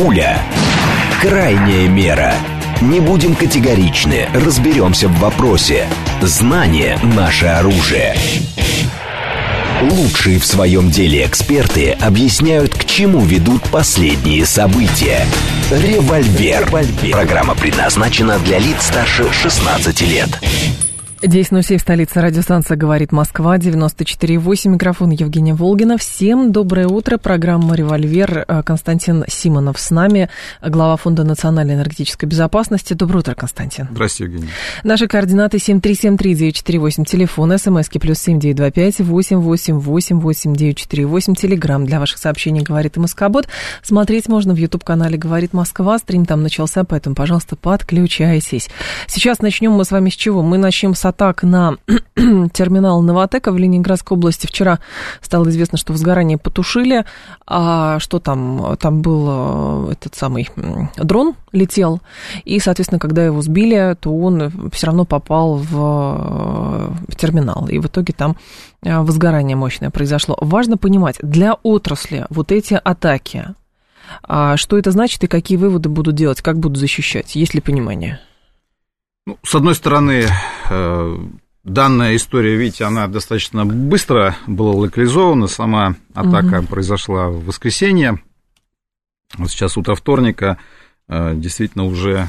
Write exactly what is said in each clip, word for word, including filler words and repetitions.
Пуля. Крайняя мера. Не будем категоричны, разберемся в вопросе. Знание – наше оружие. Лучшие в своем деле эксперты объясняют, к чему ведут последние события. Револьвер. Программа предназначена для лиц старше шестнадцати лет. десять ноль семь, столица, радиостанция «Говорит Москва», девяносто четыре и восемь, микрофон Евгения Волгина. Всем доброе утро, программа «Револьвер», Константин Симонов с нами, глава Фонда национальной энергетической безопасности. Доброе утро, Константин. Здравствуйте, Евгения. Наши координаты семь три семь три девять четыре восемь, телефон, смски плюс семь девять два пять восемь восемь восемь восемь девять четыре восемь, телеграмм для ваших сообщений «Говорит МСК-бот». Смотреть можно в YouTube-канале «Говорит Москва», стрим там начался, поэтому, пожалуйста, подключайтесь. Сейчас начнем мы с вами с чего? Мы начнем с атак на терминал «Новатэк» в Ленинградской области. Вчера стало известно, что возгорание потушили. А что там? Там был этот самый дрон, летел. И, соответственно, когда его сбили, то он все равно попал в, в терминал. И в итоге там возгорание мощное произошло. Важно понимать, для отрасли вот эти атаки, что это значит и какие выводы будут делать, как будут защищать? Есть ли понимание? Ну, с одной стороны, данная история, видите, она достаточно быстро была локализована. Сама атака угу. произошла в воскресенье. Вот сейчас утро вторника. Действительно, уже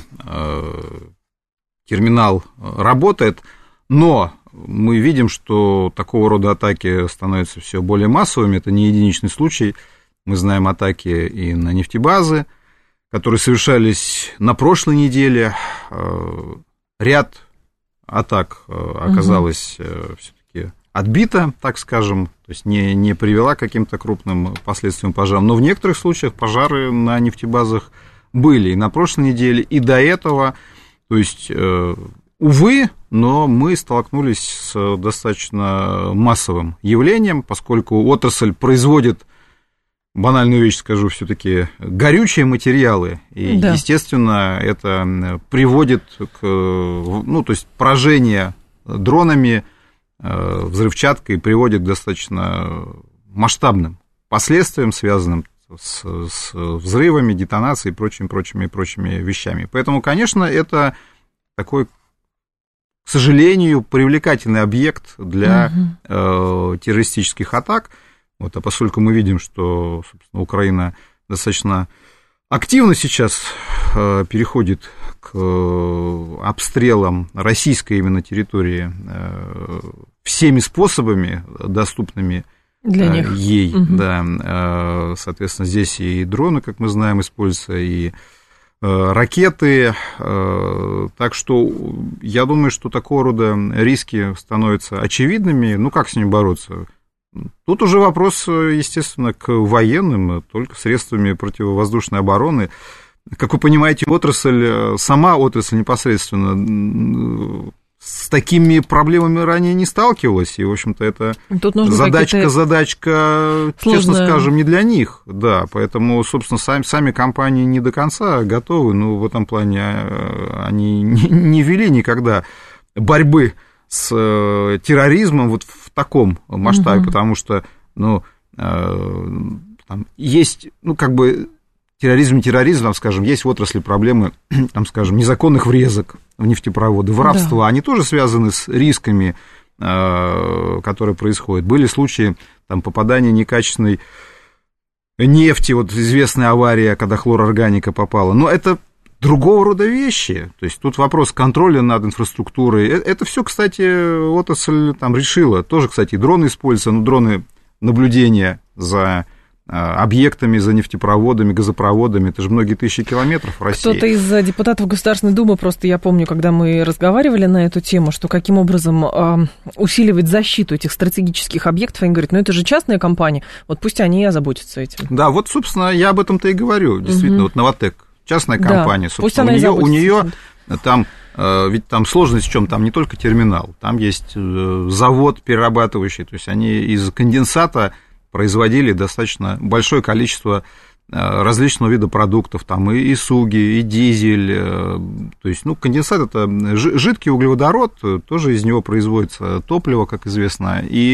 терминал работает. Но мы видим, что такого рода атаки становятся все более массовыми. Это не единичный случай. Мы знаем атаки и на нефтебазы, которые совершались на прошлой неделе. Ряд атак оказалось угу. все-таки отбита, так скажем, то есть не, не привела к каким-то крупным последствиям пожарам. Но в некоторых случаях пожары на нефтебазах были и на прошлой неделе, и до этого. То есть, увы, но мы столкнулись с достаточно массовым явлением, поскольку отрасль производит, банальную вещь скажу, все-таки горючие материалы, и, да. естественно, это приводит к, ну, то есть поражение дронами, взрывчаткой приводит к достаточно масштабным последствиям, связанным с, с взрывами, детонацией и прочими, прочими, прочими вещами. Поэтому, конечно, это такой, к сожалению, привлекательный объект для угу. э, террористических атак. Вот, а поскольку мы видим, что, собственно, Украина достаточно активно сейчас э, переходит к э, обстрелам российской именно территории э, всеми способами, доступными для э, них. ей, угу. да, э, соответственно, здесь и дроны, как мы знаем, используются, и э, ракеты, э, так что я думаю, что такого рода риски становятся очевидными. Ну, как с ними бороться? Тут уже вопрос, естественно, к военным, только средствами противовоздушной обороны. Как вы понимаете, отрасль, сама отрасль непосредственно с такими проблемами ранее не сталкивалась, и, в общем-то, это задачка, задачка, сложная. Честно скажем, не для них, да, поэтому, собственно, сами, сами компании не до конца готовы, но в этом плане они не, не вели никогда борьбы с терроризмом вот в таком масштабе, угу. потому что, ну, э, там есть, ну, как бы, терроризм, терроризм, там, скажем, есть в отрасли проблемы, там, скажем, незаконных врезок в нефтепроводы, воровства, да. они тоже связаны с рисками, э, которые происходят. Были случаи, там, попадания некачественной нефти, вот известная авария, когда хлорорганика попала, но это другого рода вещи, то есть тут вопрос контроля над инфраструктурой, это все, кстати, отрасль там решила, тоже, кстати, дроны используются, но дроны наблюдения за объектами, за нефтепроводами, газопроводами, это же многие тысячи километров в России. Кто-то из депутатов Государственной Думы, просто я помню, когда мы разговаривали на эту тему, что каким образом э, усиливать защиту этих стратегических объектов, они говорят, ну это же частная компания, вот пусть они и озаботятся этим. Да, вот, собственно, я об этом-то и говорю, действительно, угу. вот Новатэк, частная компания, да, собственно, у нее, у нее там, ведь там сложность в чем? Там не только терминал, там есть завод перерабатывающий, то есть они из конденсата производили достаточно большое количество различного вида продуктов, там и, и суги, и дизель, то есть, ну, конденсат – это жидкий углеводород, тоже из него производится топливо, как известно, и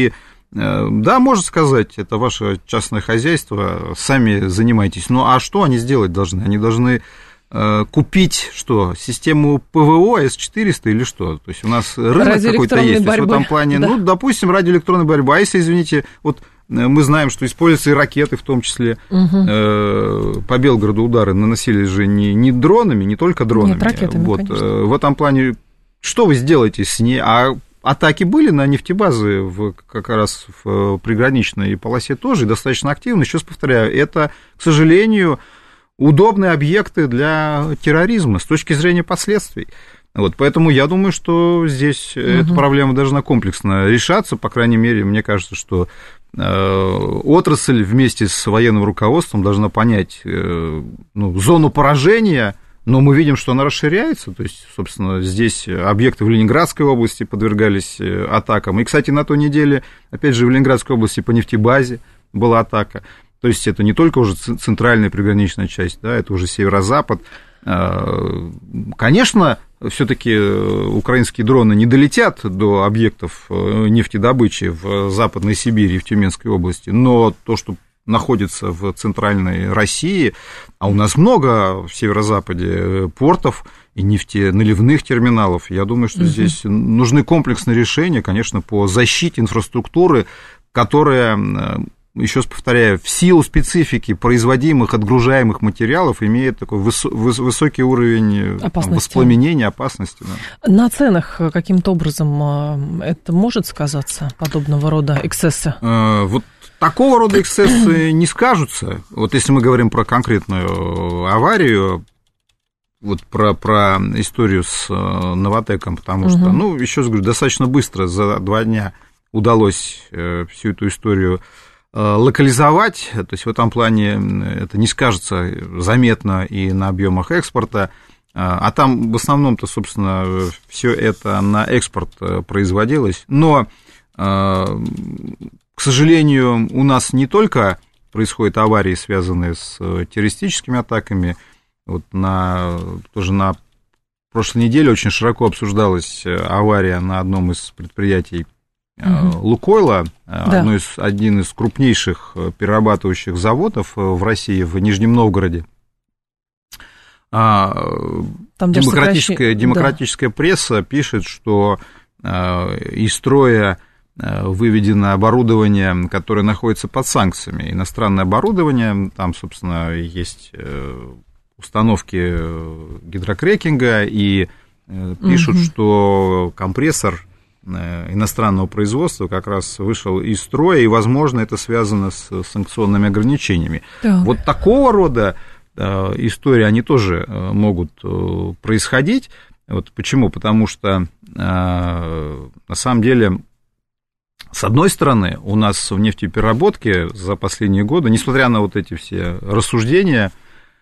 да, можно сказать, это ваше частное хозяйство, сами занимайтесь. Ну, а что они сделать должны? Они должны купить, что, систему ПВО эс четыреста или что? То есть у нас рынок какой-то есть. То есть в этом плане, да. Ну, допустим, радиоэлектронная борьба. А если, извините, вот мы знаем, что используются и ракеты в том числе. Угу. По Белгороду удары наносились же не, не дронами, не только дронами. Нет, ракетами, вот. Конечно. В этом плане, что вы сделаете с ней? А атаки были на нефтебазы в, как раз в приграничной полосе тоже, и достаточно активно. Еще раз повторяю, это, к сожалению, удобные объекты для терроризма с точки зрения последствий. Вот, поэтому я думаю, что здесь угу. эта проблема должна комплексно решаться. По крайней мере, мне кажется, что э, отрасль вместе с военным руководством должна понять э, ну, зону поражения, но мы видим, что она расширяется. То есть, собственно, здесь объекты в Ленинградской области подвергались атакам. И, кстати, на той неделе, опять же, в Ленинградской области по нефтебазе была атака. То есть это не только уже центральная приграничная часть, да, это уже северо-запад. Конечно, все-таки украинские дроны не долетят до объектов нефтедобычи в Западной Сибири и в Тюменской области, но то, что находится в центральной России, а у нас много в северо-западе портов и нефтеналивных терминалов, я думаю, что угу. здесь нужны комплексные решения, конечно, по защите инфраструктуры, которая... Еще раз повторяю, в силу специфики производимых, отгружаемых материалов имеет такой выс- высокий уровень опасности. Воспламенения, опасности. Да. На ценах каким-то образом это может сказаться, подобного рода эксцессы? Вот такого рода эксцессы не скажутся. Вот если мы говорим про конкретную аварию, вот про, про историю с Новатэком, потому угу. что, ну, еще раз говорю, достаточно быстро, за два дня удалось всю эту историю локализовать, то есть в этом плане это не скажется заметно и на объемах экспорта, а там в основном-то, собственно, все это на экспорт производилось, но, к сожалению, у нас не только происходят аварии, связанные с террористическими атаками, вот на, тоже на прошлой неделе очень широко обсуждалась авария на одном из предприятий Угу. Лукойла, да. одно из, один из крупнейших перерабатывающих заводов в России, в Нижнем Новгороде. Там демократическая, сокращ... демократическая да. пресса пишет, что из строя выведено оборудование, которое находится под санкциями. Иностранное оборудование, там, собственно, есть установки гидрокрекинга, и пишут, угу. что компрессор иностранного производства как раз вышел из строя, и, возможно, это связано с санкционными ограничениями. Да. Вот такого рода истории, они тоже могут происходить. Вот почему? Потому что, на самом деле, с одной стороны, у нас в нефтепереработке за последние годы, несмотря на вот эти все рассуждения,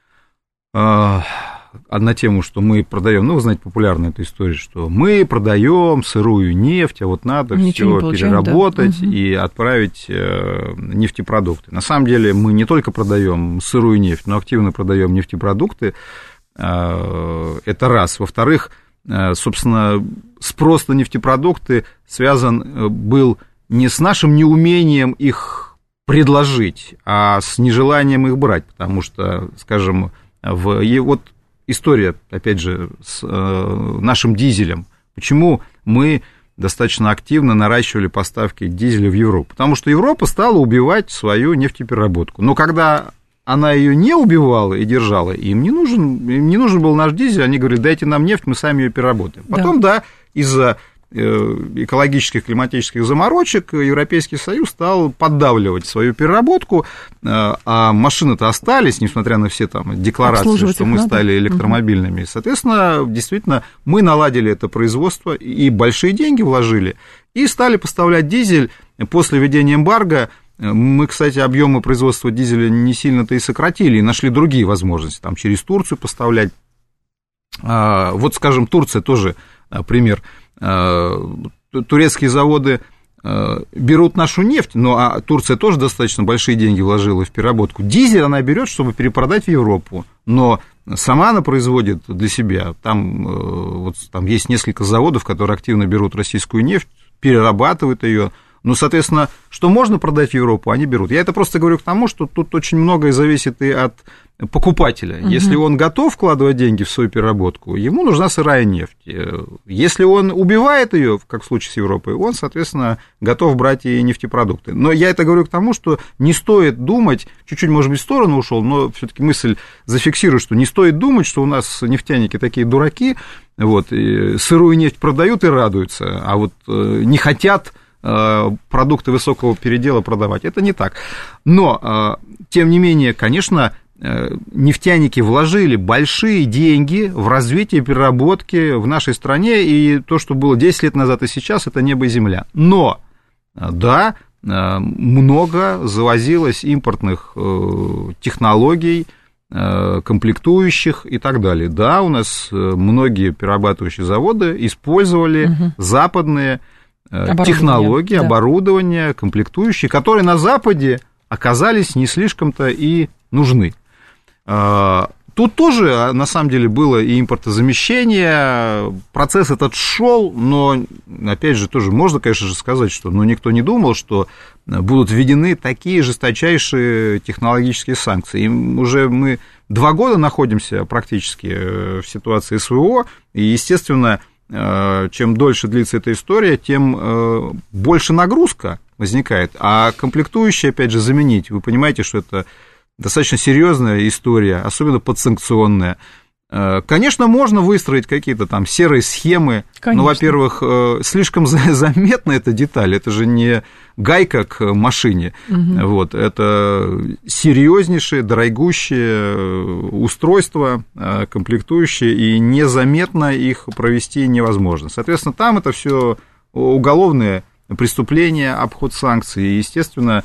на тему, что мы продаем, ну, вы знаете, популярная эта история, что мы продаем сырую нефть, а вот надо все переработать да. и отправить нефтепродукты. На самом деле мы не только продаем сырую нефть, но активно продаем нефтепродукты. Это раз. Во-вторых, собственно, спрос на нефтепродукты связан был не с нашим неумением их предложить, а с нежеланием их брать, потому что, скажем, в... И вот история, опять же, с э, нашим дизелем. Почему мы достаточно активно наращивали поставки дизеля в Европу? Потому что Европа стала убивать свою нефтепереработку. Но когда она ее не убивала и держала, им не нужен, им не нужен был наш дизель, они говорили, дайте нам нефть, мы сами ее переработаем. Потом, да, да из-за экологических, климатических заморочек Европейский Союз стал поддавливать свою переработку, а машины-то остались, несмотря на все там декларации, что мы надо. стали электромобильными. Угу. Соответственно, действительно, мы наладили это производство и большие деньги вложили, и стали поставлять дизель. После введения эмбарго мы, кстати, объемы производства дизеля не сильно-то и сократили, и нашли другие возможности, там через Турцию поставлять. Вот, скажем, Турция тоже пример. Турецкие заводы берут нашу нефть, но а Турция тоже достаточно большие деньги вложила в переработку. Дизель она берет, чтобы перепродать в Европу, но сама она производит для себя. Там, вот, там есть несколько заводов, которые активно берут российскую нефть, перерабатывают ее, Ну, соответственно, что можно продать в Европу, они берут. Я это просто говорю к тому, что тут очень многое зависит и от покупателя. Угу. Если он готов вкладывать деньги в свою переработку, ему нужна сырая нефть. Если он убивает ее, как в случае с Европой, он, соответственно, готов брать и нефтепродукты. Но я это говорю к тому, что не стоит думать, чуть-чуть, может быть, в сторону ушел, но все-таки мысль зафиксирую, что не стоит думать, что у нас нефтяники такие дураки, вот, и сырую нефть продают и радуются, а вот не хотят продукты высокого передела продавать. Это не так. Но, тем не менее, конечно, нефтяники вложили большие деньги в развитие переработки в нашей стране, и то, что было десять лет назад и сейчас, это небо и земля. Но, да, много завозилось импортных технологий, комплектующих и так далее. Да, у нас многие перерабатывающие заводы использовали угу. западные оборудование, технологии, да. оборудование, комплектующие, которые на Западе оказались не слишком-то и нужны. Тут тоже, на самом деле, было и импортозамещение, процесс этот шел, но, опять же, тоже можно, конечно же, сказать, что ну, никто не думал, что будут введены такие жесточайшие технологические санкции. И уже мы два года находимся практически в ситуации СВО, и, естественно, чем дольше длится эта история, тем больше нагрузка возникает, а комплектующие, опять же, заменить, вы понимаете, что это достаточно серьезная история, особенно подсанкционная. Конечно, можно выстроить какие-то там серые схемы, Конечно. но, во-первых, слишком заметна эта деталь, это же не гайка к машине, угу. вот, это серьезнейшее, дорогущее устройство, комплектующее, и незаметно их провести невозможно. Соответственно, там это все уголовное преступление, обход санкций, и, естественно,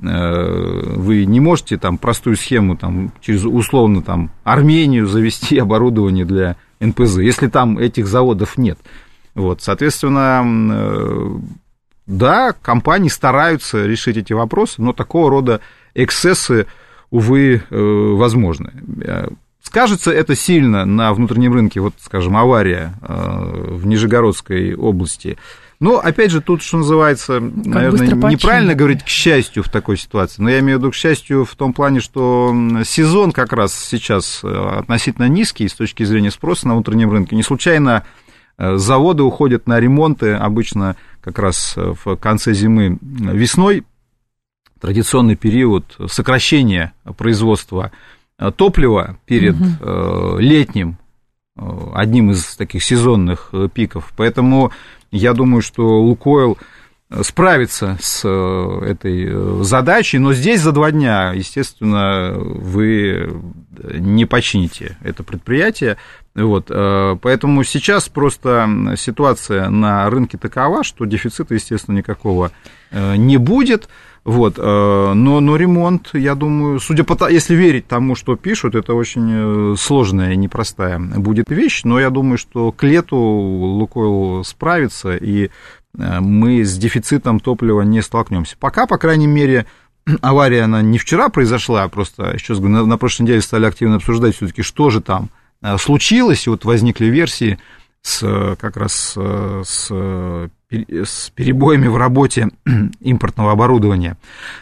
вы не можете там простую схему там, через условно там, Армению завести оборудование для эн пэ зэ, если там этих заводов нет. Вот, соответственно, да, компании стараются решить эти вопросы, но такого рода эксцессы, увы, возможны. Скажется это сильно на внутреннем рынке, вот, скажем, авария в Нижегородской области. Но, опять же, тут, что называется, как наверное, неправильно говорить «к счастью» в такой ситуации, но я имею в виду «к счастью» в том плане, что сезон как раз сейчас относительно низкий с точки зрения спроса на внутреннем рынке. Не случайно заводы уходят на ремонты обычно как раз в конце зимы, весной, традиционный период сокращения производства топлива перед угу. летним, одним из таких сезонных пиков, поэтому я думаю, что «Лукойл» справится с этой задачей, но здесь за два дня, естественно, вы не почините это предприятие, вот, поэтому сейчас просто ситуация на рынке такова, что дефицита, естественно, никакого не будет. Вот, но, но ремонт, я думаю, судя по тому, если верить тому, что пишут, это очень сложная и непростая будет вещь, но я думаю, что к лету «Лукойл» справится, и мы с дефицитом топлива не столкнемся. Пока, по крайней мере, авария, она не вчера произошла, а просто, сейчас говорю, на, на прошлой неделе стали активно обсуждать все-таки, что же там случилось, и вот возникли версии с, как раз с, с перебоями в работе импортного оборудования,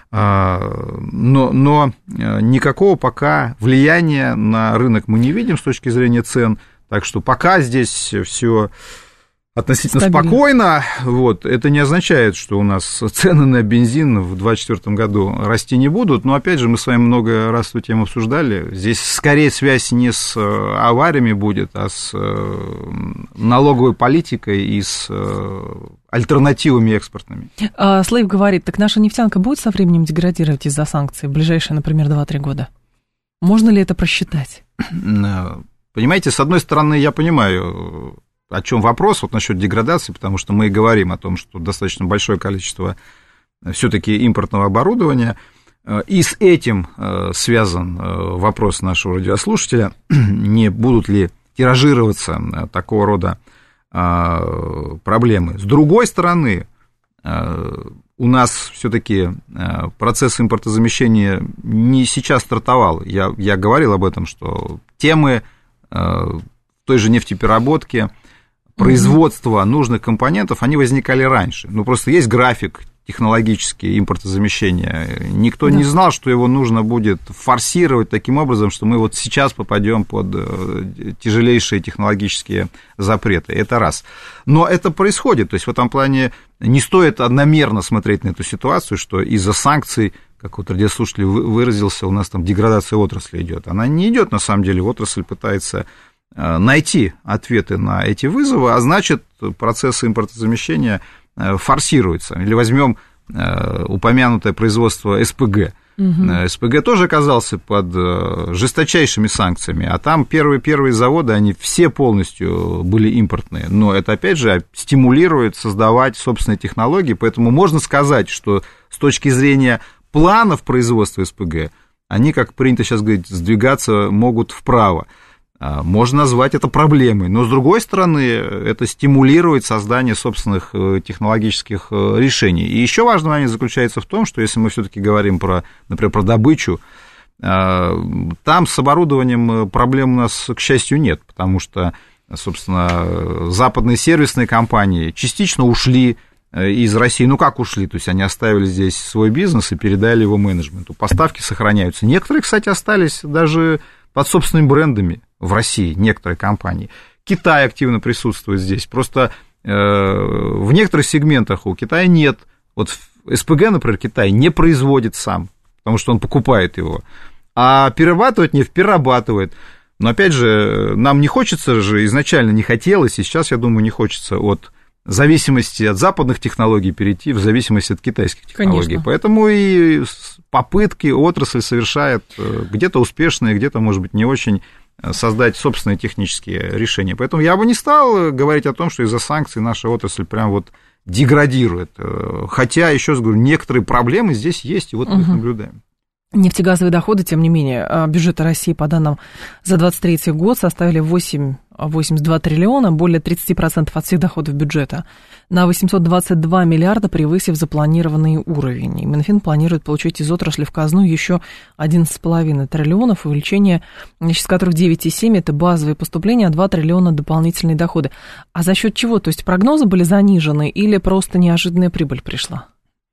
но, но никакого пока влияния на рынок мы не видим с точки зрения цен, так что пока здесь все относительно стабильно. Спокойно. Вот. Это не означает, что у нас цены на бензин в две тысячи двадцать четвёртом году расти не будут, но, опять же, мы с вами много раз эту тему обсуждали. Здесь скорее связь не с авариями будет, а с налоговой политикой и с альтернативами экспортными. А, Слейв говорит, так наша нефтянка будет со временем деградировать из-за санкций в ближайшие, например, два-три года? Можно ли это просчитать? Понимаете, с одной стороны, я понимаю, о чем вопрос, вот насчет деградации, потому что мы и говорим о том, что достаточно большое количество все-таки импортного оборудования, и с этим связан вопрос нашего радиослушателя, не будут ли тиражироваться такого рода проблемы. С другой стороны, у нас все-таки процесс импортозамещения не сейчас стартовал. Я, я говорил об этом, что темы той же нефтепереработки, производства нужных компонентов, они возникали раньше. Ну, просто есть график технологические импортозамещения. Никто да. не знал, что его нужно будет форсировать таким образом, что мы вот сейчас попадем под тяжелейшие технологические запреты. Это раз. Но это происходит. То есть в этом плане не стоит одномерно смотреть на эту ситуацию, что из-за санкций, как вот радиослушатель выразился, у нас там деградация отрасли идет. Она не идет, на самом деле. Отрасль пытается найти ответы на эти вызовы, а значит, процессы импортозамещения форсируется. Или возьмем э, упомянутое производство эс пэ гэ. Угу. эс пэ гэ тоже оказался под э, жесточайшими санкциями, а там первые, первые заводы, они все полностью были импортные. Но это, опять же, стимулирует создавать собственные технологии, поэтому можно сказать, что с точки зрения планов производства эс пэ гэ, они, как принято сейчас говорить, сдвигаться могут вправо. Можно назвать это проблемой, но, с другой стороны, это стимулирует создание собственных технологических решений. И еще важный момент заключается в том, что если мы все-таки говорим про, например, про добычу, там с оборудованием проблем у нас, к счастью, нет, потому что, собственно, западные сервисные компании частично ушли из России. Ну, как ушли? То есть они оставили здесь свой бизнес и передали его менеджменту. Поставки сохраняются. Некоторые, кстати, остались даже под собственными брендами в России, некоторые компании. Китай активно присутствует здесь. Просто э, в некоторых сегментах у Китая нет. Вот эс пэ гэ, например, Китай не производит сам, потому что он покупает его. А перерабатывать нефть перерабатывает. Но, опять же, нам не хочется же, изначально не хотелось, и сейчас, я думаю, не хочется от зависимости от западных технологий перейти в зависимость от китайских технологий. Конечно. Поэтому и попытки отрасль совершает где-то успешные, где-то, может быть, не очень, создать собственные технические решения. Поэтому я бы не стал говорить о том, что из-за санкций наша отрасль прям вот деградирует. Хотя, еще раз говорю, некоторые проблемы здесь есть, и вот мы их наблюдаем. Нефтегазовые доходы, тем не менее, бюджета России, по данным за двадцать третий год, составили восемь целых восемьдесят два триллиона, более тридцать процентов от всех доходов бюджета, на восемьсот двадцать два миллиарда, превысив запланированный уровень. И Минфин планирует получить из отрасли в казну еще одиннадцать целых пять триллионов, увеличение, из которых девять целых семь это базовые поступления, а два триллиона дополнительные доходы. А за счет чего? То есть прогнозы были занижены или просто неожиданная прибыль пришла?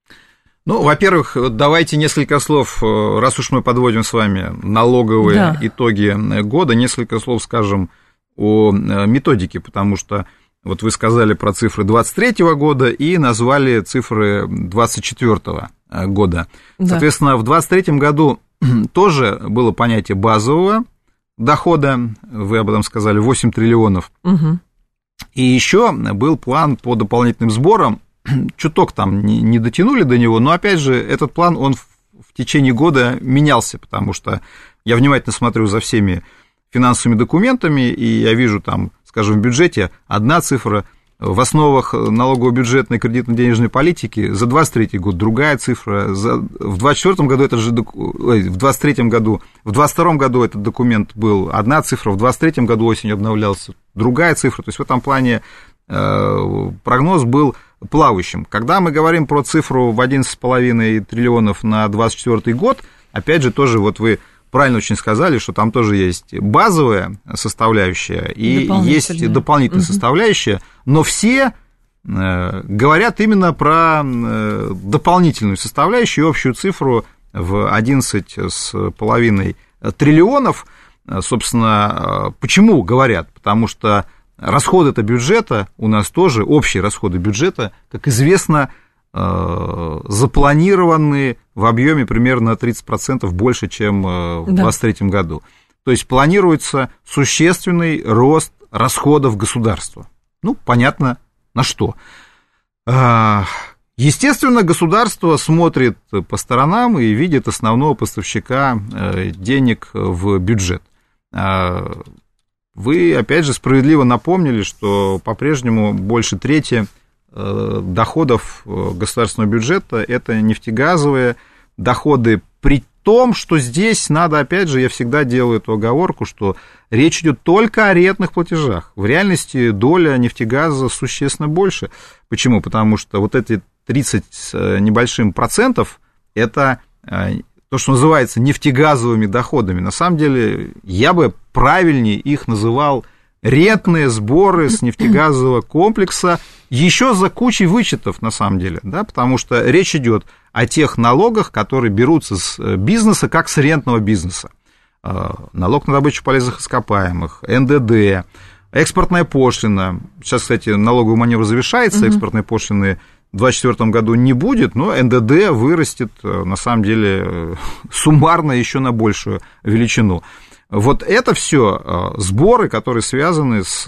Ну, во-первых, давайте несколько слов, раз уж мы подводим с вами налоговые да. итоги года, несколько слов скажем о методике, потому что вот вы сказали про цифры двадцать третьего года и назвали цифры двадцать четвёртого года. Да. Соответственно, в двадцать третьем году тоже было понятие базового дохода, вы об этом сказали, восемь триллионов, угу. и еще был план по дополнительным сборам. Чуток там не, не дотянули до него, но, опять же, этот план, он в, в течение года менялся, потому что я внимательно смотрю за всеми финансовыми документами, и я вижу там, скажем, в бюджете одна цифра, в основах налогово-бюджетной кредитно-денежной политики за двадцать третий год другая цифра, за, в двадцать четвёртом году это же, ой, в двадцать третьем году, в двадцать втором году этот документ был одна цифра, в двадцать третьем году осенью обновлялся другая цифра, то есть в этом плане э, прогноз был плавающим. Когда мы говорим про цифру в одиннадцать целых пять триллионов на двадцать четвёртый год, опять же, тоже вот вы правильно очень сказали, что там тоже есть базовая составляющая и есть дополнительная угу. составляющая, но все э, говорят именно про э, дополнительную составляющую, общую цифру в одиннадцать целых пять триллионов. Собственно, почему говорят? Потому что расходы-то бюджета у нас тоже, общие расходы бюджета, как известно, запланированы в объеме примерно на тридцать процентов больше, чем в двадцать третьем году. То есть планируется существенный рост расходов государства. Ну, понятно, на что. Естественно, государство смотрит по сторонам и видит основного поставщика денег в бюджет. Вы, опять же, справедливо напомнили, что по-прежнему больше трети доходов государственного бюджета – это нефтегазовые доходы, при том, что здесь надо, опять же, я всегда делаю эту оговорку, что речь идет только о рентных платежах. В реальности доля нефтегаза существенно больше. Почему? Потому что вот эти тридцать с небольшим процентов – это то, что называется нефтегазовыми доходами. На самом деле, я бы правильнее их называл рентные сборы с нефтегазового комплекса, еще за кучей вычетов, на самом деле, да, потому что речь идет о тех налогах, которые берутся с бизнеса, как с рентного бизнеса. Налог на добычу полезных ископаемых, эн дэ дэ, экспортная пошлина. Сейчас, кстати, налоговый маневр завершается, угу. экспортной пошлины в двадцать четвёртом году не будет, но эн дэ дэ вырастет, на самом деле, суммарно еще на большую величину. Вот это все сборы, которые связаны с,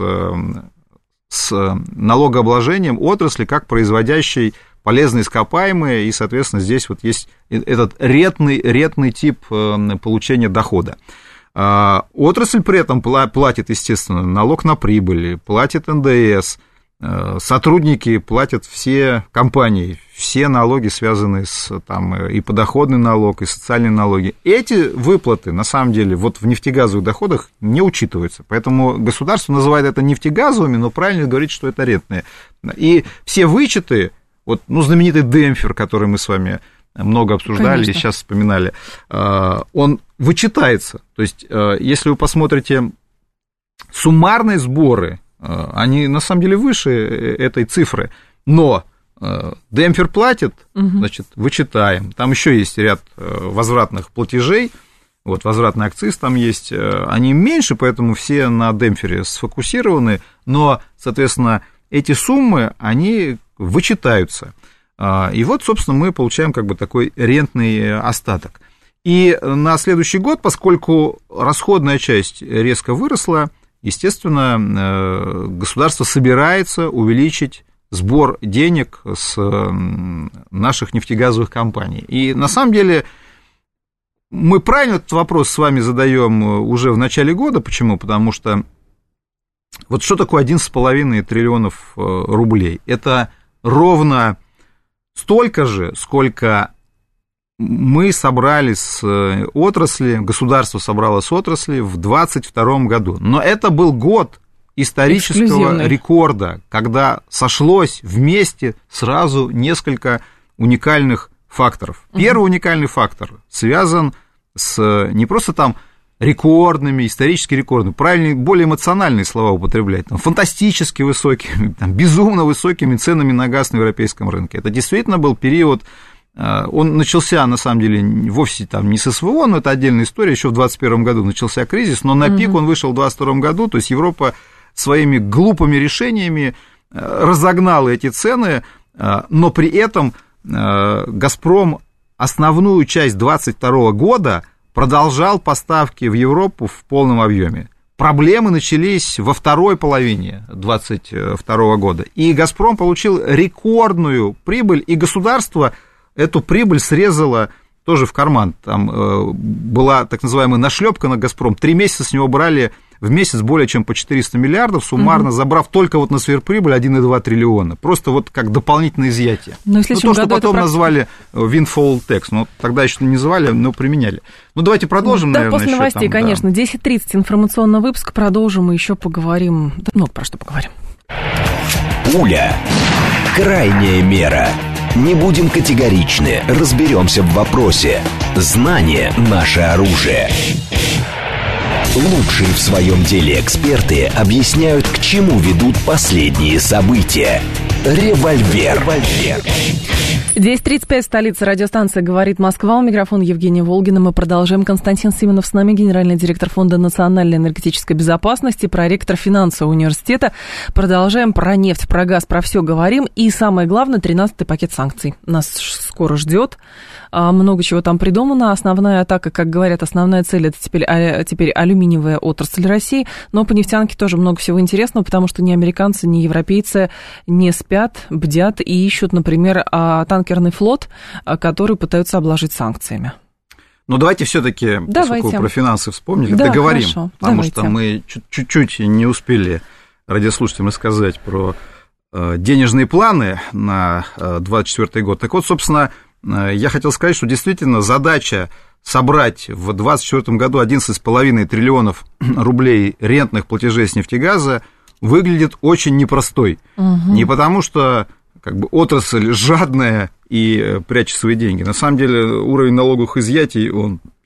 с налогообложением отрасли, как производящей полезные ископаемые, и, соответственно, здесь вот есть этот рентный, рентный тип получения дохода. Отрасль при этом платит, естественно, налог на прибыль, платит эн дэ эс, сотрудники платят все компании, все налоги, связанные с там, и подоходный налог, и социальные налоги. Эти выплаты, на самом деле, вот в нефтегазовых доходах не учитываются. Поэтому государство называет это нефтегазовыми, но правильно говорит, что это рентные. И все вычеты, вот, ну, знаменитый демпфер, который мы с вами много обсуждали, конечно, и сейчас вспоминали, он вычитается. То есть, если вы посмотрите суммарные сборы, они на самом деле выше этой цифры, но демпфер платит, угу. значит, вычитаем. Там еще есть ряд возвратных платежей, вот возвратный акциз там есть, они меньше, поэтому все на демпфере сфокусированы, но, соответственно, эти суммы, они вычитаются. И вот, собственно, мы получаем как бы такой рентный остаток. И на следующий год, поскольку расходная часть резко выросла, естественно, государство собирается увеличить сбор денег с наших нефтегазовых компаний. И на самом деле мы правильно этот вопрос с вами задаем уже в начале года. Почему? Потому что вот что такое одиннадцать с половиной триллионов рублей? Это ровно столько же, сколько мы собрали с отрасли, государство собрало с отрасли в двадцать втором году. Но это был год исторического рекорда, когда сошлось вместе сразу несколько уникальных факторов. Первый угу. уникальный фактор связан с не просто там рекордными, исторически рекордными, правильно, более эмоциональные слова употреблять, там, фантастически высокими, там, безумно высокими ценами на газ на европейском рынке. Это действительно был период, он начался, на самом деле, вовсе там не с эс вэ о, но это отдельная история, еще в двадцать первом году начался кризис, но на пик угу. он вышел в двадцать втором году, то есть Европа своими глупыми решениями разогнала эти цены, но при этом «Газпром» основную часть двадцать второго года продолжал поставки в Европу в полном объеме. Проблемы начались во второй половине двадцать второго года, и «Газпром» получил рекордную прибыль, и государство эту прибыль срезало тоже в карман. Там э, была так называемая нашлепка на «Газпром», три месяца с него брали в месяц более чем по четыреста миллиардов, суммарно угу. забрав только вот на сверхприбыль один целых два триллиона. Просто вот как дополнительное изъятие. Но ну, то, что потом назвали windfall tax, ну, тогда еще не называли, но применяли. Ну, давайте продолжим, да, наверное, после новостей, там, конечно. Да. десять тридцать информационный выпуск, продолжим и еще поговорим. Да, много про что поговорим. Пуля. Крайняя мера. Не будем категоричны, разберемся в вопросе. Знание – наше оружие. Лучшие в своем деле эксперты объясняют, к чему ведут последние события. Револьвер. Револьвер. десять тридцать пять, столица, радиостанция «Говорит Москва». У микрофона Евгения Волгина. Мы продолжаем. Константин Симонов с нами, генеральный директор Фонда национальной энергетической безопасности, проректор финансового университета. Продолжаем про нефть, про газ, про все говорим. И самое главное, тринадцатый пакет санкций нас скоро ждет. Много чего там придумано. Основная атака, как говорят, основная цель – это теперь, теперь алюминиевая отрасль России. Но по нефтянке тоже много всего интересного, потому что ни американцы, ни европейцы не спят, бдят и ищут, например, танкерный флот, который пытаются обложить санкциями. Ну, давайте все-таки, поскольку про финансы вспомнили, да, договорим, хорошо, потому давайте. Что мы чуть-чуть не успели радиослушателям рассказать про денежные планы на двадцать четвёртый год. Так вот, собственно, я хотел сказать, что действительно задача собрать в двадцать четвёртом году одиннадцать с половиной триллионов рублей рентных платежей с нефтегаза выглядит очень непростой. Угу. Не потому, что как бы отрасль жадная и прячет свои деньги. На самом деле уровень налоговых изъятий, он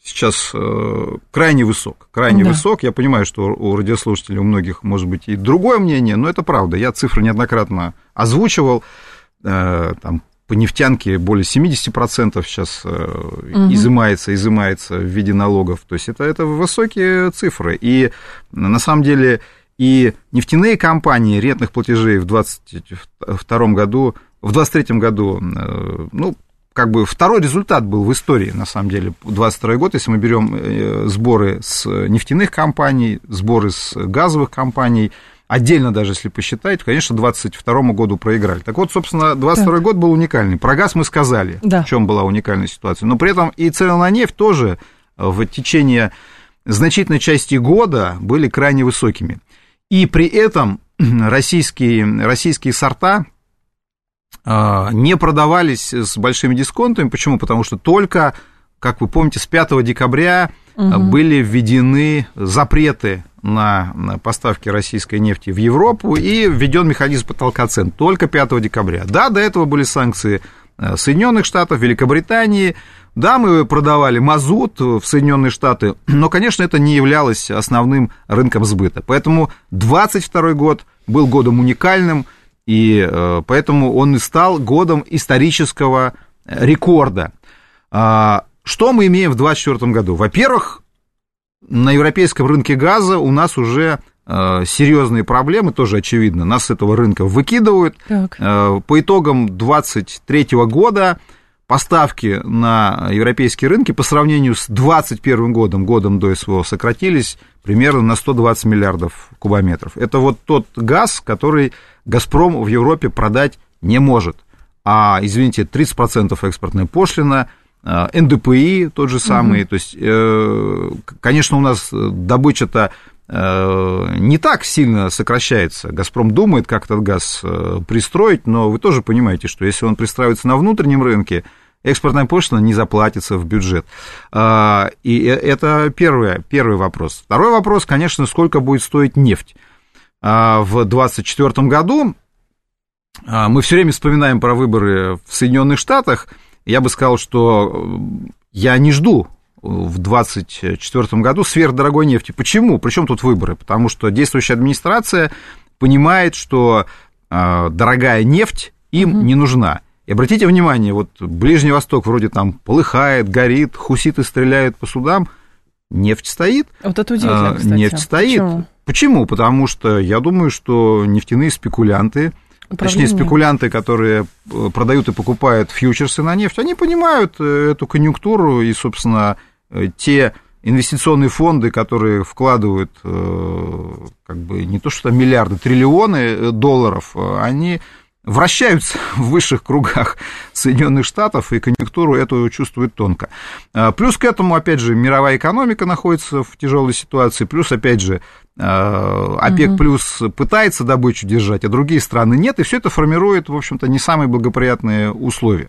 сейчас крайне высок, крайне да. высок. Я понимаю, что у радиослушателей, у многих, может быть, и другое мнение, но это правда. Я цифры неоднократно озвучивал, там, по нефтянке более семьдесят процентов сейчас угу. изымается, изымается в виде налогов. То есть это, это высокие цифры. И на самом деле и нефтяные компании рентных платежей в двадцать втором году, в двадцать третьем году, ну, как бы второй результат был в истории, на самом деле, двадцать второй год, если мы берем сборы с нефтяных компаний, сборы с газовых компаний, отдельно даже, если посчитать, то, конечно, двадцать второму году проиграли. Так вот, собственно, двадцать второй год был уникальный. Про газ мы сказали, да. в чем была уникальная ситуация. Но при этом и цены на нефть тоже в течение значительной части года были крайне высокими. И при этом российские, российские сорта не продавались с большими дисконтами. Почему? Потому что только, как вы помните, с пятого декабря угу. были введены запреты на поставки российской нефти в Европу и введен механизм потолка цен только пятого декабря. Да, до этого были санкции Соединенных Штатов, Великобритании. Да, мы продавали мазут в Соединенные Штаты, но, конечно, это не являлось основным рынком сбыта. Поэтому двадцать второй год был годом уникальным, и поэтому он и стал годом исторического рекорда. Что мы имеем в двадцать четвёртом году? Во-первых, на европейском рынке газа у нас уже э, серьезные проблемы, тоже очевидно, нас с этого рынка выкидывают. Э, по итогам двадцать третьего года поставки на европейские рынки по сравнению с двадцать первым годом, годом до СВО, сократились примерно на сто двадцать миллиардов кубометров. Это вот тот газ, который «Газпром» в Европе продать не может. А, извините, тридцать процентов экспортная пошлина, эн дэ пэ и тот же самый, угу. то есть, конечно, у нас добыча-то не так сильно сокращается. «Газпром» думает, как этот газ пристроить, но вы тоже понимаете, что если он пристраивается на внутреннем рынке, экспортная пошлина не заплатится в бюджет. И это первый, первый вопрос. Второй вопрос, конечно, сколько будет стоить нефть. В двадцать четвёртом году мы все время вспоминаем про выборы в Соединенных Штатах. Я бы сказал, что я не жду в двадцать четвёртом году сверхдорогой нефти. Почему? Причем тут выборы? Потому что действующая администрация понимает, что э, дорогая нефть им угу. не нужна. И обратите внимание, вот Ближний Восток вроде там полыхает, горит, хуситы стреляют по судам, нефть стоит. Вот это удивительно, кстати. Нефть стоит. Почему? Почему? Потому что я думаю, что нефтяные спекулянты, точнее, спекулянты, которые продают и покупают фьючерсы на нефть, они понимают эту конъюнктуру, и, собственно, те инвестиционные фонды, которые вкладывают как бы не то что там миллиарды, триллионы долларов, они вращаются в высших кругах Соединенных Штатов, и конъюнктуру эту чувствуют тонко. Плюс к этому, опять же, мировая экономика находится в тяжелой ситуации, плюс, опять же, ОПЕК угу. плюс пытается добычу держать, а другие страны нет, и все это формирует, в общем-то, не самые благоприятные условия.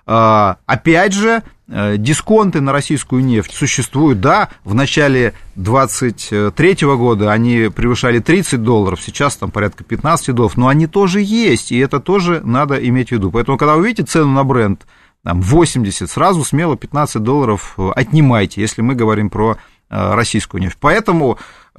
Опять же, дисконты на российскую нефть существуют, да, в начале двадцать третьего года они превышали тридцать долларов, сейчас там порядка пятнадцать долларов, но они тоже есть, и это тоже надо иметь в виду. Поэтому, когда вы видите цену на Брент, там, восемьдесят, сразу смело пятнадцать долларов отнимайте, если мы говорим про российскую нефть. Поэтому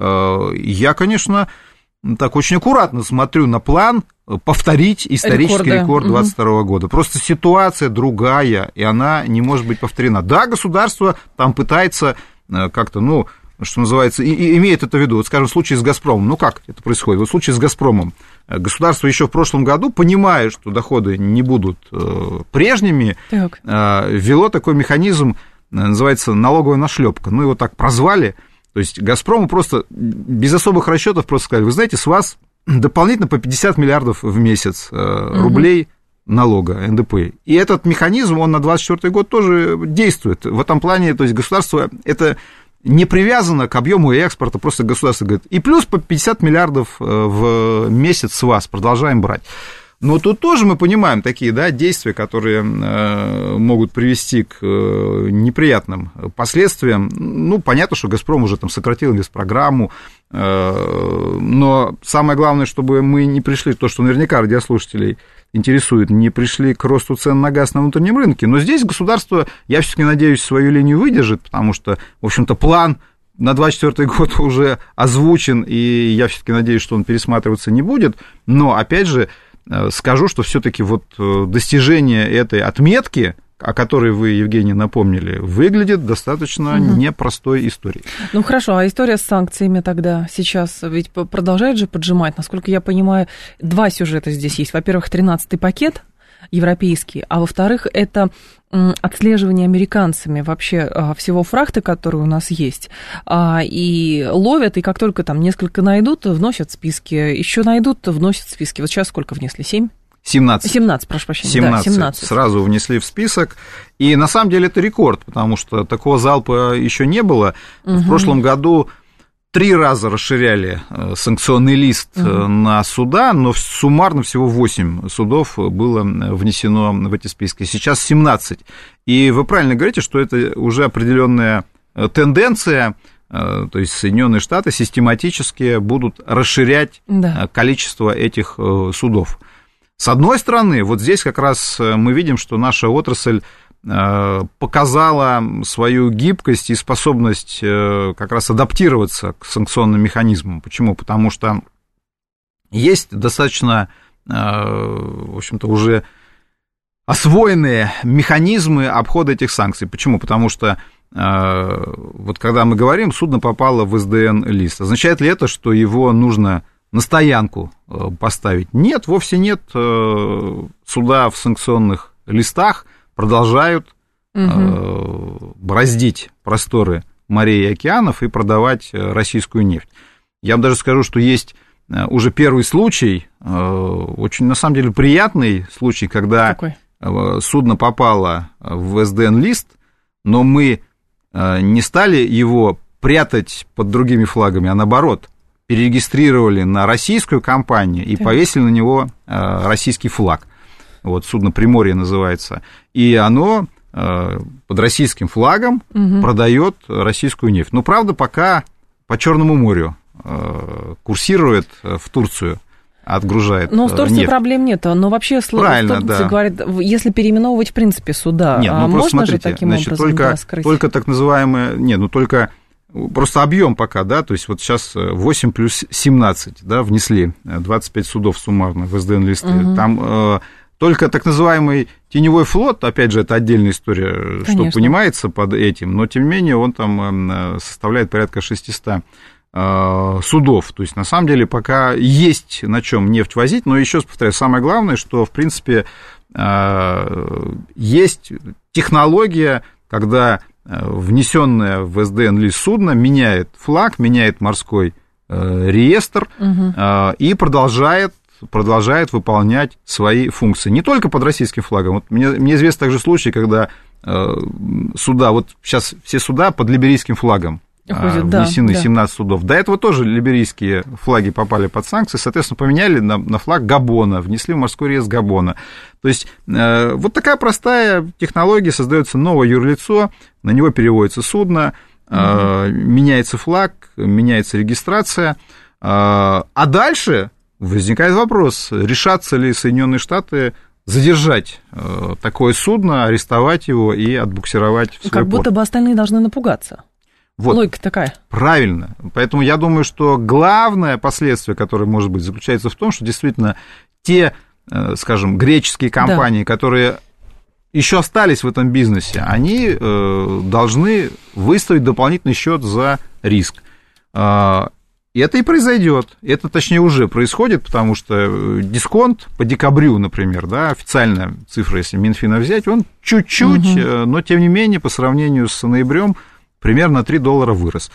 я, конечно, так очень аккуратно смотрю на план повторить исторический Рекорды. рекорд двадцать второго угу. года. Просто ситуация другая, и она не может быть повторена. Да, государство там пытается как-то, ну, что называется, и, и имеет это в виду. Вот, скажем, в случае с «Газпромом». Ну, как это происходит? Вот в случае с «Газпромом» государство еще в прошлом году, понимая, что доходы не будут прежними, так. ввело такой механизм, называется налоговая нашлепка. Ну, его так прозвали. То есть «Газпрому» просто без особых расчетов просто сказали: вы знаете, с вас дополнительно по пятьдесят миллиардов в месяц угу. рублей налога, эн дэ пэ. И этот механизм, он на двадцать четвёртый год тоже действует. В этом плане, то есть государство это не привязано к объему экспорта, просто государство говорит, и плюс по пятьдесят миллиардов в месяц с вас продолжаем брать. Но тут тоже мы понимаем такие, да, действия, которые э, могут привести к э, неприятным последствиям. Ну, понятно, что «Газпром» уже там сократил инвестпрограмму, э, но самое главное, чтобы мы не пришли, то, что наверняка радиослушателей интересует, не пришли к росту цен на газ на внутреннем рынке. Но здесь государство, я все-таки надеюсь, свою линию выдержит, потому что, в общем-то, план на двадцать четвёртый год уже озвучен, и я все-таки надеюсь, что он пересматриваться не будет. Но, опять же, скажу, что все-таки вот достижение этой отметки, о которой вы, Евгений, напомнили, выглядит достаточно угу. непростой историей. Ну хорошо, а история с санкциями тогда сейчас ведь продолжает же поджимать? Насколько я понимаю, два сюжета здесь есть. Во-первых, тринадцатый пакет европейский, а во-вторых, это отслеживание американцами вообще всего фрахта, который у нас есть, и ловят, и как только там несколько найдут, вносят в списки, еще найдут, вносят в списки. Вот сейчас сколько внесли? Семь? семнадцать. семнадцать, прошу прощения. семнадцать, да, семнадцать. Сразу внесли в список. И на самом деле это рекорд, потому что такого залпа еще не было. Угу. В прошлом году три раза расширяли санкционный лист угу. на суда, но суммарно всего восемь судов было внесено в эти списки. Сейчас семнадцать. И вы правильно говорите, что это уже определенная тенденция. То есть Соединенные Штаты систематически будут расширять да. количество этих судов. С одной стороны, вот здесь как раз мы видим, что наша отрасль показала свою гибкость и способность как раз адаптироваться к санкционным механизмам. Почему? Потому что есть достаточно, в общем-то, уже освоенные механизмы обхода этих санкций. Почему? Потому что вот когда мы говорим, судно попало в эс дэ эн-лист, означает ли это, что его нужно на стоянку поставить? Нет, вовсе нет. Суда в санкционных листах продолжают угу. бороздить просторы морей и океанов и продавать российскую нефть. Я вам даже скажу, что есть уже первый случай, очень, на самом деле, приятный случай, когда Какой? судно попало в эс дэ эн-лист, но мы не стали его прятать под другими флагами, а наоборот, перерегистрировали на российскую компанию и так. повесили на него российский флаг. Вот, судно «Приморье» называется, и оно э, под российским флагом угу. продает российскую нефть. Но, правда, пока по Черному морю э, курсирует в Турцию, отгружает нефть. Но с Турцией проблем нет, но вообще Правильно, да. говорят, если переименовывать, в принципе, суда, нет, ну, можно смотрите, же таким значит, образом только, да, скрыть? Только так называемые, нет, ну только... Просто объем пока, да, то есть вот сейчас восемь плюс семнадцать, да, внесли двадцать пять судов суммарно в эс дэ эн-листы. Угу. Там э, только так называемый теневой флот, опять же, это отдельная история, Конечно. что понимается под этим, но тем не менее он там составляет порядка шестьсот э, судов. То есть на самом деле пока есть на чем нефть возить, но еще раз повторяю, самое главное, что в принципе э, есть технология, когда внесенное в эс дэ эн-лист судно меняет флаг, меняет морской э, реестр угу. э, и продолжает, продолжает выполнять свои функции. Не только под российским флагом. Вот мне, мне известны также случаи, когда э, суда, вот сейчас все суда под либерийским флагом Ходят, внесены, да, семнадцать да. судов. До этого тоже либерийские флаги попали под санкции, соответственно, поменяли на, на флаг Габона, внесли в морской реестр Габона. То есть э, вот такая простая технология, создается новое юрлицо, на него переводится судно, э, mm-hmm. меняется флаг, меняется регистрация, э, а дальше возникает вопрос, решатся ли Соединенные Штаты задержать э, такое судно, арестовать его и отбуксировать в свой Как порт. Будто бы остальные должны напугаться. Вот, логика такая. Правильно. Поэтому я думаю, что главное последствие, которое может быть, заключается в том, что действительно те, скажем, греческие компании, да. которые еще остались в этом бизнесе, они должны выставить дополнительный счет за риск. И это и произойдет. Это, точнее, уже происходит, потому что дисконт по декабрю, например, да, официальная цифра, если Минфина взять, он чуть-чуть, угу. но тем не менее, по сравнению с ноябрем, примерно три доллара вырос.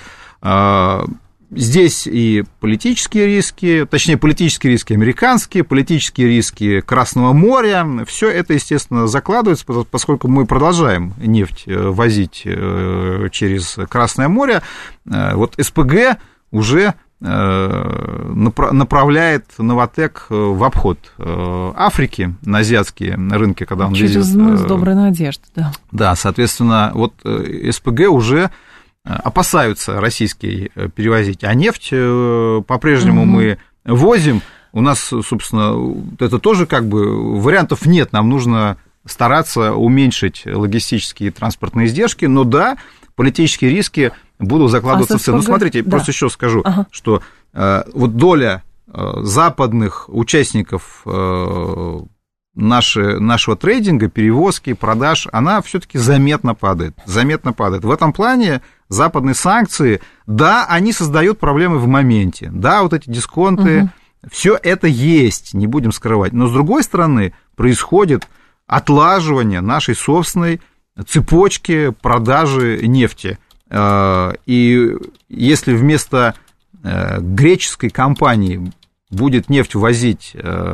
Здесь и политические риски, точнее, политические риски американские, политические риски Красного моря, все это, естественно, закладывается, поскольку мы продолжаем нефть возить через Красное море. Вот эс пэ гэ уже направляет Новатэк в обход Африки на азиатские рынки, когда он через везет... мыс Доброй Надежды, да. Да, соответственно, вот СПГ уже опасаются российские перевозить, а нефть по-прежнему угу. мы возим. У нас, собственно, это тоже как бы вариантов нет, нам нужно стараться уменьшить логистические и транспортные издержки, но да, политические риски будут закладываться а в цену. Ну, смотрите, да. просто еще скажу, ага. что э, вот доля э, западных участников э, наши, нашего трейдинга, перевозки, продаж, она все-таки заметно падает, заметно падает. В этом плане западные санкции, да, они создают проблемы в моменте, да, вот эти дисконты, угу. все это есть, не будем скрывать, но с другой стороны происходит отлаживание нашей собственной цепочки продажи нефти. И если вместо греческой компании будет нефть возить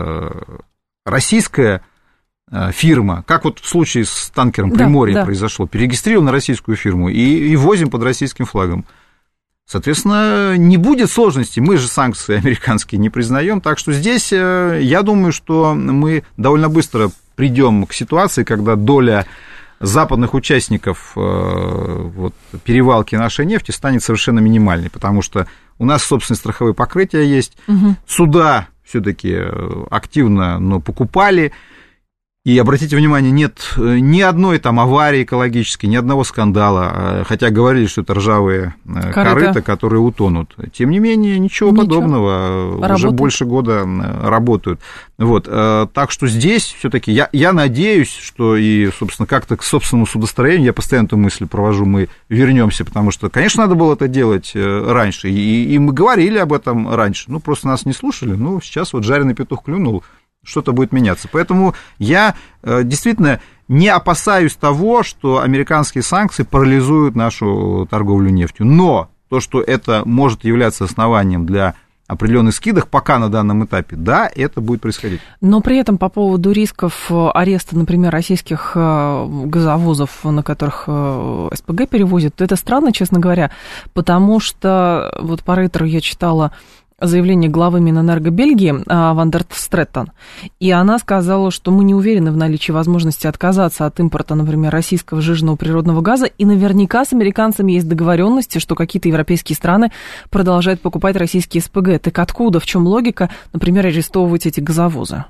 российская фирма, как вот в случае с танкером Приморье да, да. произошло, перерегистрировали на российскую фирму и, и возим под российским флагом, соответственно, не будет сложностей. Мы же санкции американские не признаем, так что здесь я думаю, что мы довольно быстро придем к ситуации, когда доля западных участников вот, перевалки нашей нефти станет совершенно минимальной, потому что у нас собственные страховые покрытия есть, угу. суда все-таки активно но покупали, и, обратите внимание, нет ни одной там аварии экологической, ни одного скандала, хотя говорили, что это ржавые корыта, корыта которые утонут. Тем не менее, ничего, ничего. подобного, работают. Уже больше года работают. Вот. Так что здесь все-таки я, я надеюсь, что и, собственно, как-то к собственному судостроению, я постоянно эту мысль провожу, мы вернемся, потому что, конечно, надо было это делать раньше, и, и мы говорили об этом раньше, ну, просто нас не слушали, ну, сейчас вот жареный петух клюнул, что-то будет меняться. Поэтому я действительно не опасаюсь того, что американские санкции парализуют нашу торговлю нефтью. Но то, что это может являться основанием для определенных скидок, пока на данном этапе, да, это будет происходить. Но при этом по поводу рисков ареста, например, российских газовозов, на которых СПГ перевозят, это странно, честно говоря, потому что вот по Рейтеру я читала заявление главы Минэнерго Бельгии Ван дер Стреттен, и она сказала, что мы не уверены в наличии возможности отказаться от импорта, например, российского сжиженного природного газа, и наверняка с американцами есть договоренности, что какие-то европейские страны продолжают покупать российские СПГ. Так откуда, в чем логика, например, арестовывать эти газовозы?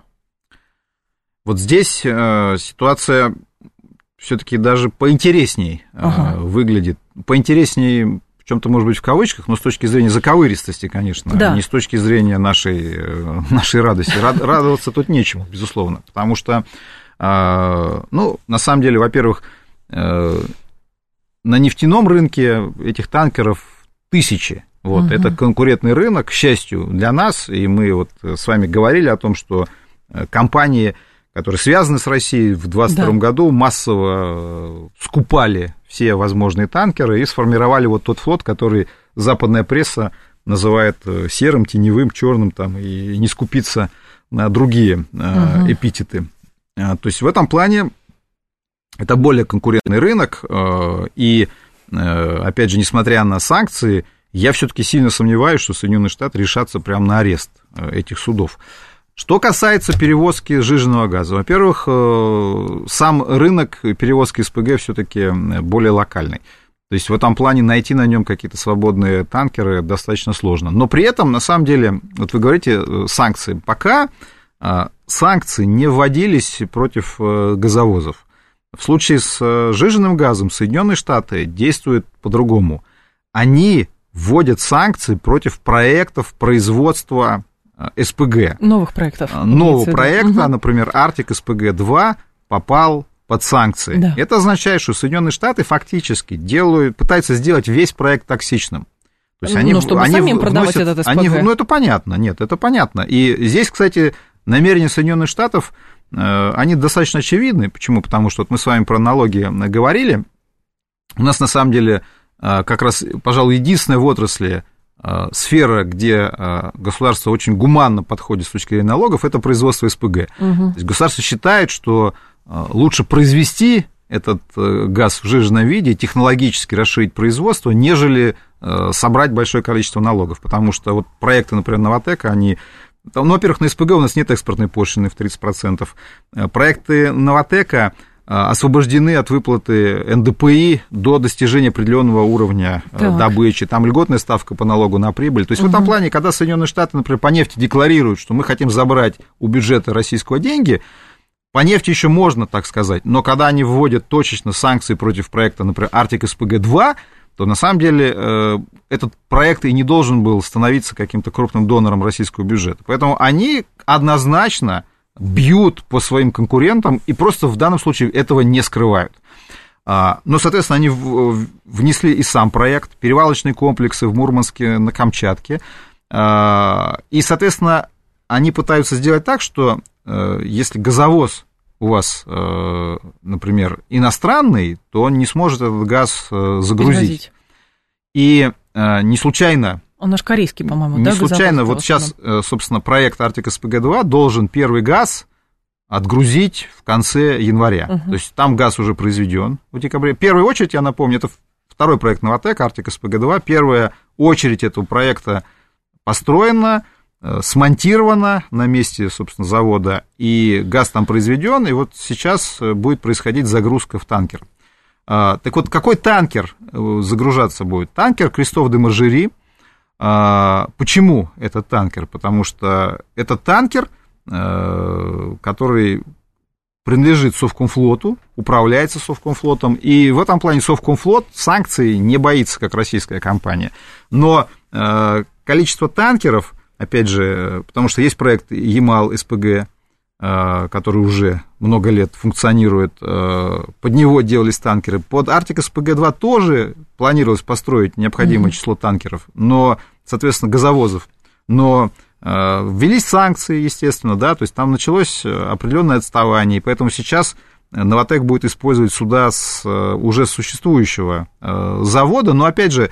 Вот здесь э, ситуация все-таки даже поинтересней ага. э, выглядит, поинтересней в чем-то, может быть, в кавычках, но с точки зрения заковыристости, конечно, да. не с точки зрения нашей, нашей радости. Радоваться тут нечему, безусловно, потому что, ну, на самом деле, во-первых, на нефтяном рынке этих танкеров тысячи. Вот, угу. Это конкурентный рынок, к счастью, для нас, и мы вот с вами говорили о том, что компании, которые связаны с Россией, в двадцать втором да. году массово скупали все возможные танкеры и сформировали вот тот флот, который западная пресса называет серым, теневым, черным, там, и не скупиться на другие угу. эпитеты. То есть в этом плане это более конкурентный рынок, и, опять же, несмотря на санкции, я все-таки сильно сомневаюсь, что Соединенные Штаты решатся прямо на арест этих судов. Что касается перевозки сжиженного газа, во-первых, сам рынок перевозки СПГ все-таки более локальный. То есть в этом плане найти на нем какие-то свободные танкеры достаточно сложно. Но при этом, на самом деле, вот вы говорите санкции. Пока санкции не вводились против газовозов. В случае с сжиженным газом Соединенные Штаты действуют по-другому. Они вводят санкции против проектов производства СПГ. Новых проектов. Нового проекта, угу. например, Арктик СПГ два попал под санкции. Да. Это означает, что Соединенные Штаты фактически делают, пытаются сделать весь проект токсичным. То есть ну, они, чтобы они самим продавать вносят, этот СПГ. Они, ну, это понятно, нет, это понятно. И здесь, кстати, намерения Соединенных Штатов, они достаточно очевидны. Почему? Потому что вот мы с вами про налоги говорили. У нас, на самом деле, как раз, пожалуй, единственная в отрасли сфера, где государство очень гуманно подходит с точки зрения налогов, это производство СПГ. Угу. То есть государство считает, что лучше произвести этот газ в сжиженном виде, технологически расширить производство, нежели собрать большое количество налогов, потому что вот проекты, например, Новатэка, они... Ну, во-первых, на СПГ у нас нет экспортной пошлины в тридцать процентов. Проекты Новатэка освобождены от выплаты эн дэ пэ и до достижения определенного уровня так. добычи. Там льготная ставка по налогу на прибыль. То есть угу. в этом плане, когда Соединенные Штаты, например, по нефти декларируют, что мы хотим забрать у бюджета российского деньги, по нефти еще можно так сказать, но когда они вводят точечно санкции против проекта, например, Арктик эс пэ гэ два, то на самом деле э, этот проект и не должен был становиться каким-то крупным донором российского бюджета. Поэтому они однозначно бьют по своим конкурентам и просто в данном случае этого не скрывают. А, но, соответственно, они в, внесли и сам проект, перевалочные комплексы в Мурманске, на Камчатке. А, и, соответственно, они пытаются сделать так, что э, если газовоз у вас, э, например, иностранный, то он не сможет этот газ э, загрузить. Перевозить. И э, не случайно... Он наш корейский, по-моему, не да? Не случайно, вот сейчас, э, собственно, проект Арктик эс пэ гэ два должен первый газ отгрузить в конце января. Uh-huh. То есть там газ уже произведен в декабре. В первую очередь, я напомню, это второй проект Новатэк, Арктик эс пэ гэ два. Первая очередь этого проекта построена, смонтировано на месте, собственно, завода, и газ там произведен, и вот сейчас будет происходить загрузка в танкер. Так вот, какой танкер загружаться будет? Танкер Кристоф де Маржери. Почему этот танкер? Потому что это танкер, который принадлежит Совкомфлоту, управляется Совкомфлотом, и в этом плане Совкомфлот санкций не боится, как российская компания. Но количество танкеров, опять же, потому что есть проект Ямал эс пэ гэ, который уже много лет функционирует, под него делались танкеры. Под Арктик эс пэ гэ два тоже планировалось построить необходимое mm-hmm. число танкеров, но, соответственно, газовозов, но ввелись санкции, естественно, да, то есть там началось определенное отставание, и поэтому сейчас Новатэк будет использовать суда с уже существующего завода, но, опять же,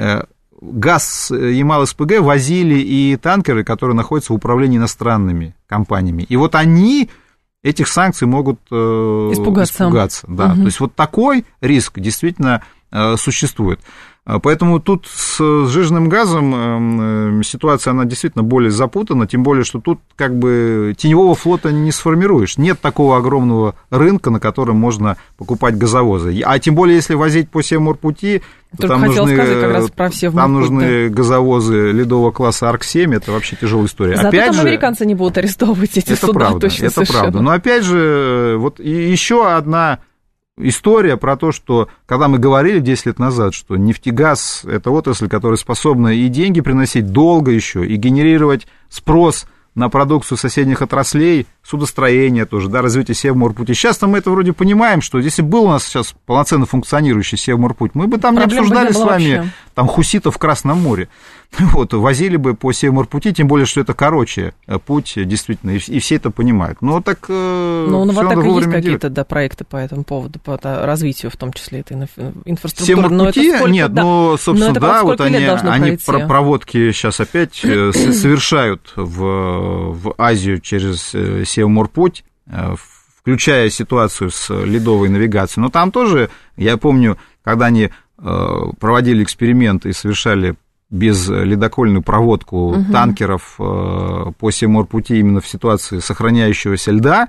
газ Ямал эс пэ гэ возили и танкеры, которые находятся в управлении иностранными компаниями. И вот они этих санкций могут э, испугаться. испугаться да. Угу. То есть вот такой риск действительно э, существует. Поэтому тут с сжиженным газом ситуация, она действительно более запутана, тем более, что тут как бы теневого флота не сформируешь. Нет такого огромного рынка, на котором можно покупать газовозы. А тем более, если возить по Севморпути, то там нужны, сказать как раз про там нужны да. газовозы ледового класса Арк семь, это вообще тяжелая история. Зато опять там же, американцы не будут арестовывать эти это суда. Правда, точно это совершенно. правда. Но опять же, вот еще одна... история про то, что, когда мы говорили десять лет назад, что нефтегаз – это отрасль, которая способна и деньги приносить долго еще, и генерировать спрос на продукцию соседних отраслей, судостроение тоже, да, развитие Севморпути. Сейчас-то мы это вроде понимаем, что если был у нас сейчас полноценно функционирующий Севморпуть, мы бы там Проблем не обсуждали с вами вообще. Там хуситов в Красном море. Вот, возили бы по Севморпути, тем более, что это короче путь, действительно, и все это понимают. Но так Но у Новатэка есть какие-то да, проекты по этому поводу, по развитию, в том числе этой инфраструктуры? Севморпути нет, да. но, собственно, но да, вот они, они проводки сейчас опять совершают в, в Азию через Севморпуть, включая ситуацию с ледовой навигацией. Но там тоже, я помню, когда они проводили эксперименты и совершали безледокольную проводку угу. танкеров по Севморпути именно в ситуации сохраняющегося льда,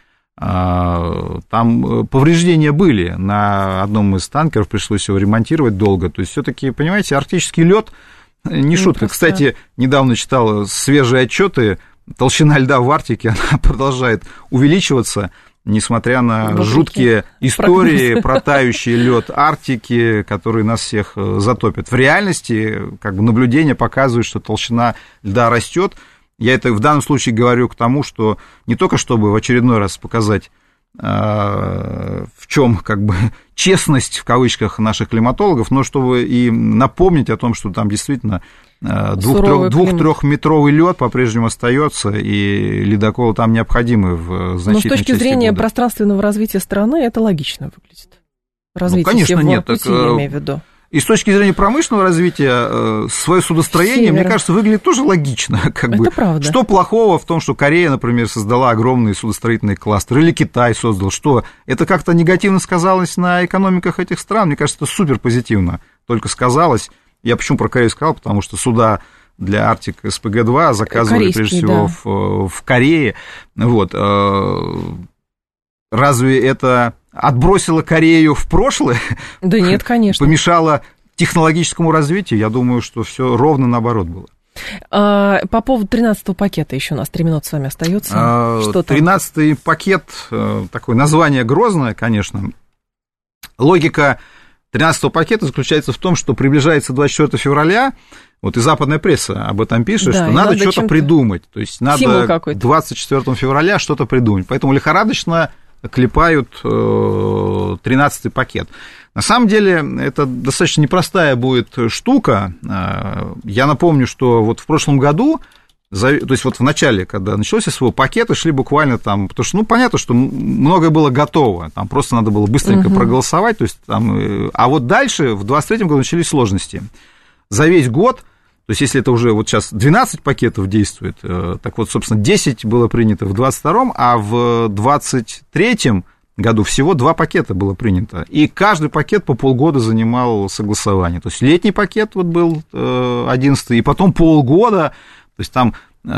там повреждения были. На одном из танкеров пришлось его ремонтировать долго. То есть все-таки, понимаете, арктический лед не шутка. Кстати, недавно читал свежие отчеты. Толщина льда в Арктике она продолжает увеличиваться, несмотря на Вопреки. жуткие истории про тающий лед Арктики, которые нас всех затопят. В реальности как бы, наблюдения показывают, что толщина льда растет. Я это в данном случае говорю к тому, что не только чтобы в очередной раз показать, в чем как бы честность в кавычках наших климатологов, но чтобы и напомнить о том, что там действительно двух-трехметровый лед по-прежнему остается, и ледоколы там необходимы в значительной части года. Но с точки зрения года. пространственного развития страны это логично выглядит. Развитие ну, конечно, нет. Так, я имею в виду. И с точки зрения промышленного развития, свое судостроение, Север. мне кажется, выглядит тоже логично. Как это бы. правда. Что плохого в том, что Корея, например, создала огромные судостроительные кластеры, или Китай создал? Что? Это как-то негативно сказалось на экономиках этих стран? Мне кажется, это супер позитивно только сказалось. Я почему про Корею сказал, потому что суда для Arctic эс пэ гэ два заказывали, прежде всего, да. в, в Корее. Вот. Разве это отбросило Корею в прошлое? Да нет, конечно. Помешало технологическому развитию? Я думаю, что все ровно наоборот было. По поводу тринадцатого пакета еще у нас три минуты с вами остается. А, что там? тринадцатый пакет, такое название грозное, конечно. Логика тринадцатого пакета заключается в том, что приближается двадцать четвёртого февраля, вот и западная пресса об этом пишет, да, что надо, надо что-то придумать. То есть надо к двадцать четвёртого февраля что-то придумать. Поэтому лихорадочно клепают тринадцатый пакет. На самом деле, это достаточно непростая будет штука. Я напомню, что вот в прошлом году, то есть вот в начале, когда начался СВО, пакеты шли буквально там, потому что, ну, понятно, что многое было готово, там просто надо было быстренько угу. проголосовать, то есть там, а вот дальше, в двадцать третьем году начались сложности. За весь год, то есть если это уже вот сейчас двенадцать пакетов действует, так вот, собственно, десять было принято в двадцать втором, а в двадцать третьем году всего два пакета было принято, и каждый пакет по полгода занимал согласование. То есть летний пакет вот был одиннадцатый, и потом полгода, то есть там э,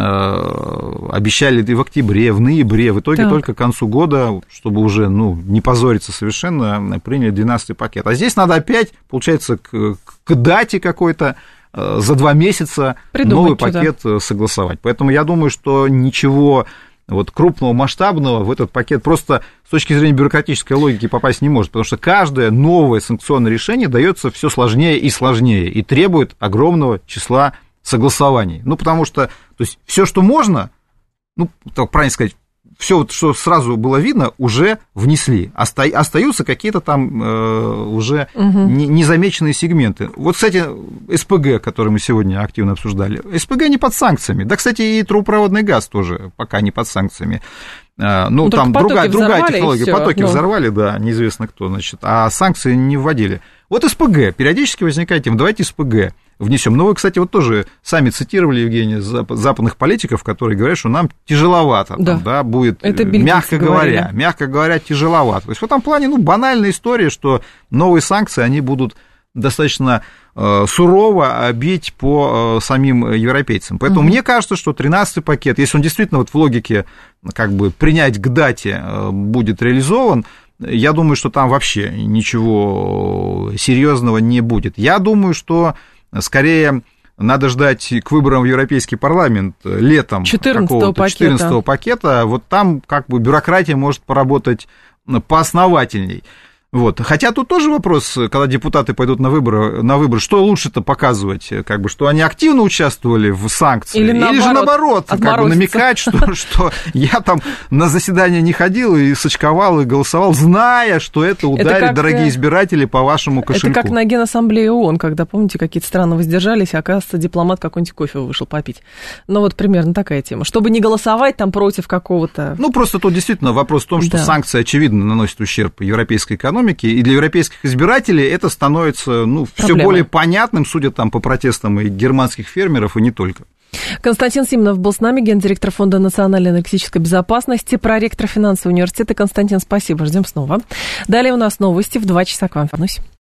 обещали и в октябре, в ноябре, в итоге так. только к концу года, чтобы уже ну, не позориться совершенно, приняли двенадцатый пакет. А здесь надо опять, получается, к, к дате какой-то э, за два месяца придумать новый что-то. Пакет согласовать. Поэтому я думаю, что ничего... Вот крупного, масштабного в этот пакет просто с точки зрения бюрократической логики попасть не может, потому что каждое новое санкционное решение дается все сложнее и сложнее и требует огромного числа согласований. Ну, потому что, то есть, все, что можно, ну, так правильно сказать, все, вот, что сразу было видно, уже внесли. Оста- остаются какие-то там э, уже угу. не- незамеченные сегменты. Вот, кстати, эс пэ гэ, который мы сегодня активно обсуждали, эс пэ гэ не под санкциями. Да, кстати, и трубопроводный газ тоже пока не под санкциями. Э, ну, ну там другая, другая технология. Потоки ну. взорвали, да, неизвестно кто, значит, а санкции не вводили. Вот эс пэ гэ, периодически возникает тема, давайте эс пэ гэ внесем. Но вы, кстати, вот тоже сами цитировали, Евгения, западных политиков, которые говорят, что нам тяжеловато, да. Там, да, будет, это мягко говоря, говорили. мягко говоря, тяжеловато. То есть в этом плане, ну, банальная история, что новые санкции, они будут достаточно э, сурово бить по э, самим европейцам. Поэтому угу. мне кажется, что тринадцатый пакет, если он действительно вот в логике как бы принять к дате э, будет реализован, я думаю, что там вообще ничего серьезного не будет. Я думаю, что скорее надо ждать к выборам в Европейский парламент летом четырнадцатого какого-то четырнадцатого пакета. Вот там как бы бюрократия может поработать поосновательней. Вот. Хотя тут тоже вопрос, когда депутаты пойдут на выборы, на выборы, что лучше-то показывать, как бы, что они активно участвовали в санкциях, или, или наоборот, же наоборот, как бы намекать, что, что я там на заседание не ходил и сочковал, и голосовал, зная, что это ударит, это как, дорогие избиратели, по вашему кошельку. Это как на Генассамблее ООН, когда, помните, какие-то страны воздержались, а оказывается, дипломат какой-нибудь кофе вышел попить. Ну, вот примерно такая тема. Чтобы не голосовать там против какого-то... Ну, просто тут действительно вопрос в том, что да. санкции, очевидно, наносят ущерб европейской экономике, и для европейских избирателей это становится ну, все более понятным, судя там по протестам и германских фермеров, и не только. Константин Симонов был с нами, гендиректор Фонда национальной энергетической безопасности, проректор финансового университета. Константин, спасибо, ждем снова. Далее у нас новости, в два часа к вам вернусь.